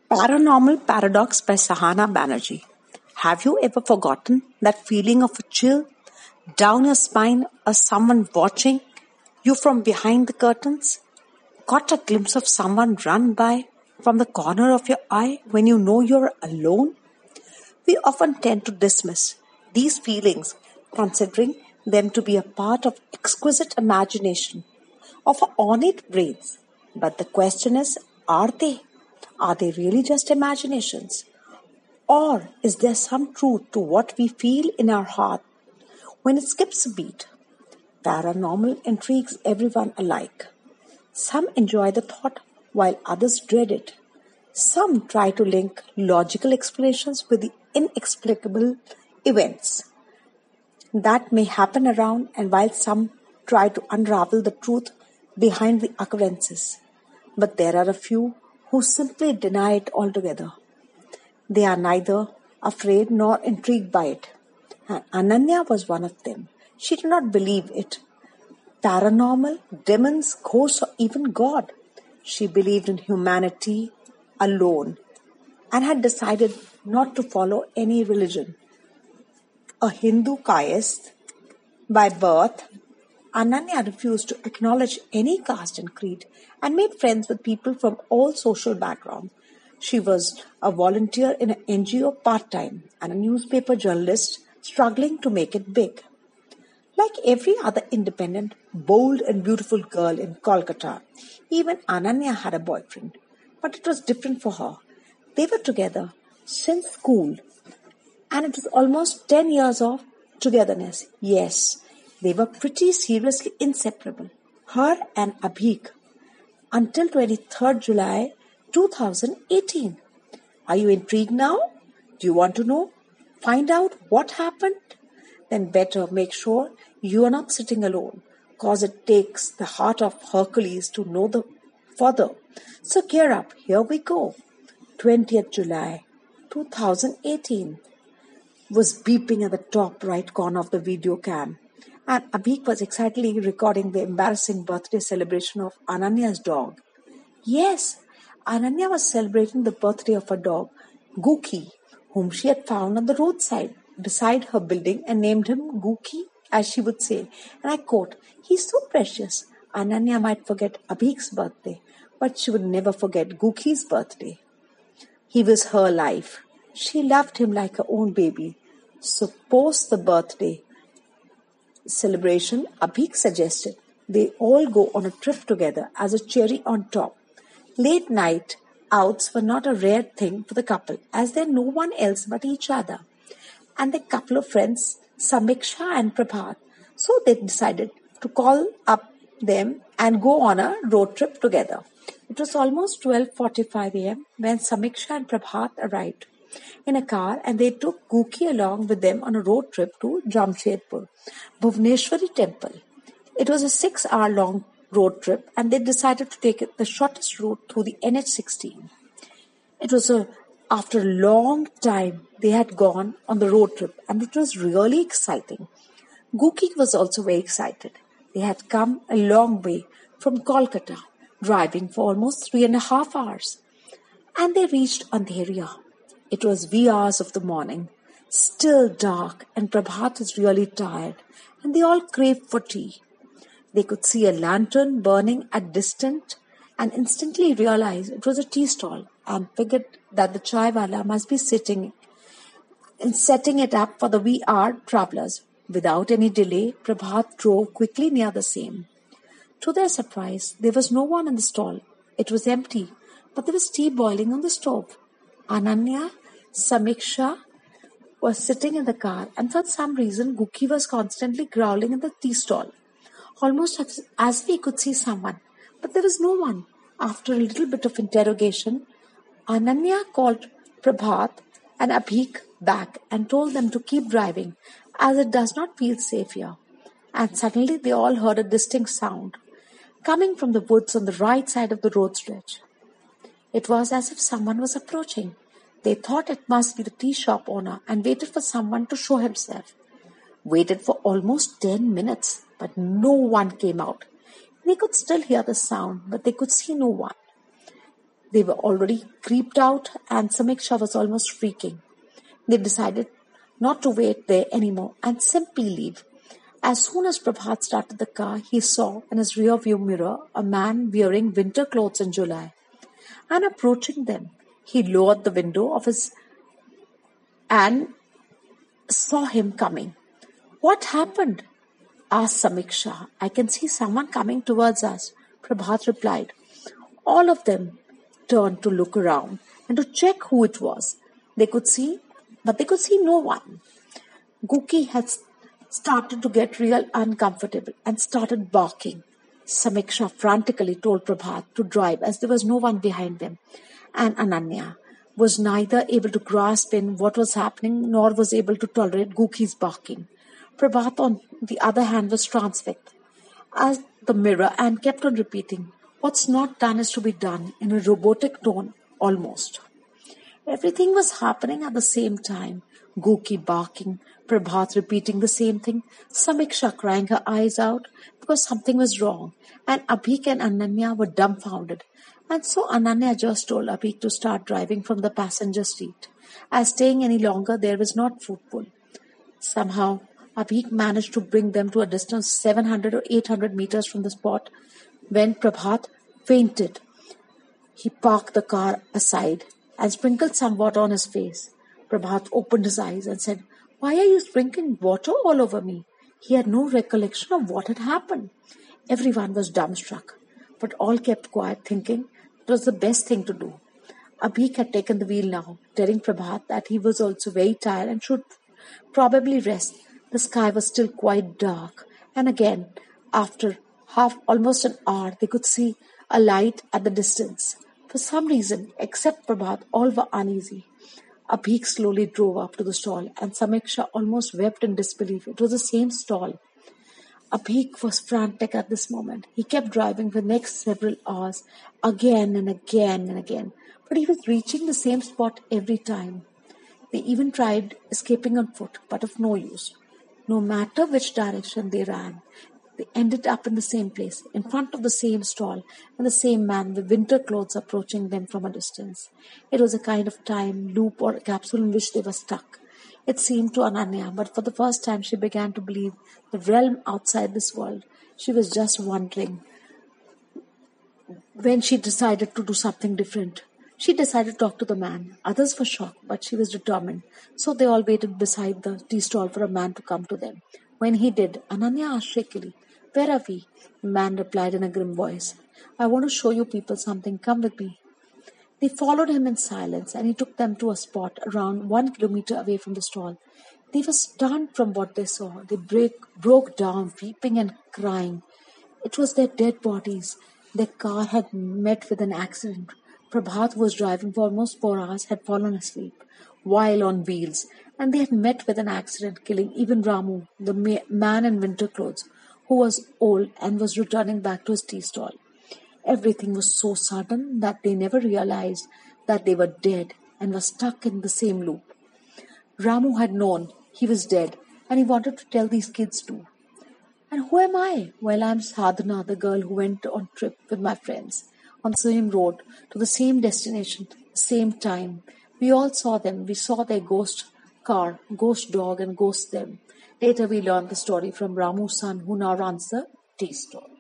Paranormal Paradox by Sahana Banerjee. Have you ever forgotten that feeling of a chill down your spine or someone watching you from behind the curtains? Caught a glimpse of someone run by from the corner of your eye when you know you're alone? We often tend to dismiss these feelings, considering them to be a part of exquisite imagination of our ornate brains. But the question is, are they? Are they really just imaginations? Or is there some truth to what we feel in our heart when it skips a beat? Paranormal intrigues everyone alike. Some enjoy the thought while others dread it. Some try to link logical explanations with the inexplicable events that may happen around, and while some try to unravel the truth behind the occurrences. But there are a few who simply deny it altogether. They are neither afraid nor intrigued by it. And Ananya was one of them. She did not believe it. Paranormal, demons, ghosts, or even God. She believed in humanity alone and had decided not to follow any religion. A Hindu caste by birth, Ananya refused to acknowledge any caste and creed and made friends with people from all social backgrounds. She was a volunteer in an NGO part-time and a newspaper journalist struggling to make it big. Like every other independent, bold and beautiful girl in Kolkata, even Ananya had a boyfriend. But it was different for her. They were together since school, and it was almost 10 years of togetherness. Yes, they were pretty seriously inseparable. Her and Abhik until 23rd July 2018. Are you intrigued now? Do you want to know? Find out what happened? Then better make sure you are not sitting alone, cause it takes the heart of Hercules to know the further. So gear up, here we go. 20th July 2018 was beeping at the top right corner of the video cam, and Abhik was excitedly recording the embarrassing birthday celebration of Ananya's dog. Yes, Ananya was celebrating the birthday of her dog, Gookie, whom she had found on the roadside beside her building and named him Gookie, as she would say. And I quote, "He's so precious." Ananya might forget Abhik's birthday, but she would never forget Gookie's birthday. He was her life. She loved him like her own baby. So post the birthday celebration, Abhik suggested they all go on a trip together as a cherry on top. Late night outs were not a rare thing for the couple, as there no one else but each other and their couple of friends, Samiksha and Prabhat. So they decided to call up them and go on a road trip together. It was almost 12:45 a.m. when Samiksha and Prabhat arrived in a car, and they took Gookie along with them on a road trip to Jamshedpur, Bhuvaneshwari temple. It was a 6-hour long road trip, and they decided to take the shortest route through the NH16. It was after a long time they had gone on the road trip, and it was really exciting. Gookie was also very excited. They had come a long way from Kolkata, driving for almost 3.5 hours, and they reached Andheriya. It was wee hours of the morning, still dark, and Prabhat was really tired, and they all craved for tea. They could see a lantern burning at distant and instantly realized it was a tea stall, and figured that the chaiwala must be sitting and setting it up for the wee-hour travellers. Without any delay, Prabhat drove quickly near the same. To their surprise, there was no one in the stall. It was empty, but there was tea boiling on the stove. Ananya, Samiksha was sitting in the car, and for some reason Gookie was constantly growling in the tea stall, almost as we could see someone. But there was no one. After a little bit of interrogation, Ananya called Prabhat and Abhik back and told them to keep driving, as it does not feel safe here. And suddenly they all heard a distinct sound coming from the woods on the right side of the road stretch. It was as if someone was approaching. They thought it must be the tea shop owner and waited for someone to show himself. Waited for almost 10 minutes, but no one came out. They could still hear the sound, but they could see no one. They were already creeped out and Samiksha was almost freaking. They decided not to wait there anymore and simply leave. As soon as Prabhat started the car, he saw in his rear view mirror a man wearing winter clothes in July. And approaching them, he lowered the window of his and saw him coming. What happened? Asked Samiksha. I can see someone coming towards us, Prabhat replied. All of them turned to look around and to check who it was. They could see no one. Gookie had started to get real uncomfortable and started barking. Samiksha frantically told Prabhat to drive as there was no one behind them, and Ananya was neither able to grasp in what was happening nor was able to tolerate Gookie's barking. Prabhat, on the other hand, was transfixed at the mirror and kept on repeating, "What's not done is to be done," in a robotic tone almost. Everything was happening at the same time. Gookie barking, Prabhat repeating the same thing, Samiksha crying her eyes out because something was wrong, and Abhik and Ananya were dumbfounded. And so Ananya just told Abhik to start driving from the passenger seat, as staying any longer there was not fruitful. Somehow, Abhik managed to bring them to a distance 700 or 800 meters from the spot when Prabhat fainted. He parked the car aside and sprinkled some water on his face. Prabhat opened his eyes and said, "Why are you sprinkling water all over me?" He had no recollection of what had happened. Everyone was dumbstruck, but all kept quiet, thinking it was the best thing to do. Abhik had taken the wheel now, telling Prabhat that he was also very tired and should probably rest. The sky was still quite dark, and again, after almost an hour, they could see a light at the distance. For some reason, except Prabhat, all were uneasy. Abhik slowly drove up to the stall, and Samiksha almost wept in disbelief. It was the same stall. Abhik was frantic at this moment. He kept driving for the next several hours, again and again and again, but he was reaching the same spot every time. They even tried escaping on foot, but of no use. No matter which direction they ran, they ended up in the same place, in front of the same stall, and the same man with winter clothes approaching them from a distance. It was a kind of time loop or capsule in which they were stuck. It seemed to Ananya, but for the first time she began to believe the realm outside this world. She was just wondering when she decided to do something different. She decided to talk to the man. Others were shocked, but she was determined. So they all waited beside the tea stall for a man to come to them. When he did, Ananya asked shakily, "Where are we?" The man replied in a grim voice, "I want to show you people something. Come with me." They followed him in silence, and he took them to a spot around 1 kilometer away from the stall. They were stunned from what they saw. They broke down, weeping and crying. It was their dead bodies. Their car had met with an accident. Prabhat, who was driving for almost 4 hours, had fallen asleep while on wheels, and they had met with an accident, killing even Ramu, the man in winter clothes, who was old and was returning back to his tea stall. Everything was so sudden that they never realized that they were dead and were stuck in the same loop. Ramu had known he was dead, and he wanted to tell these kids too. And who am I? Well, I'm Sadhana, the girl who went on trip with my friends on the same road to the same destination, same time. We all saw them. We saw their ghost car, ghost dog, and ghost them. Later, we learned the story from Ramu's son, who now runs the tea stall.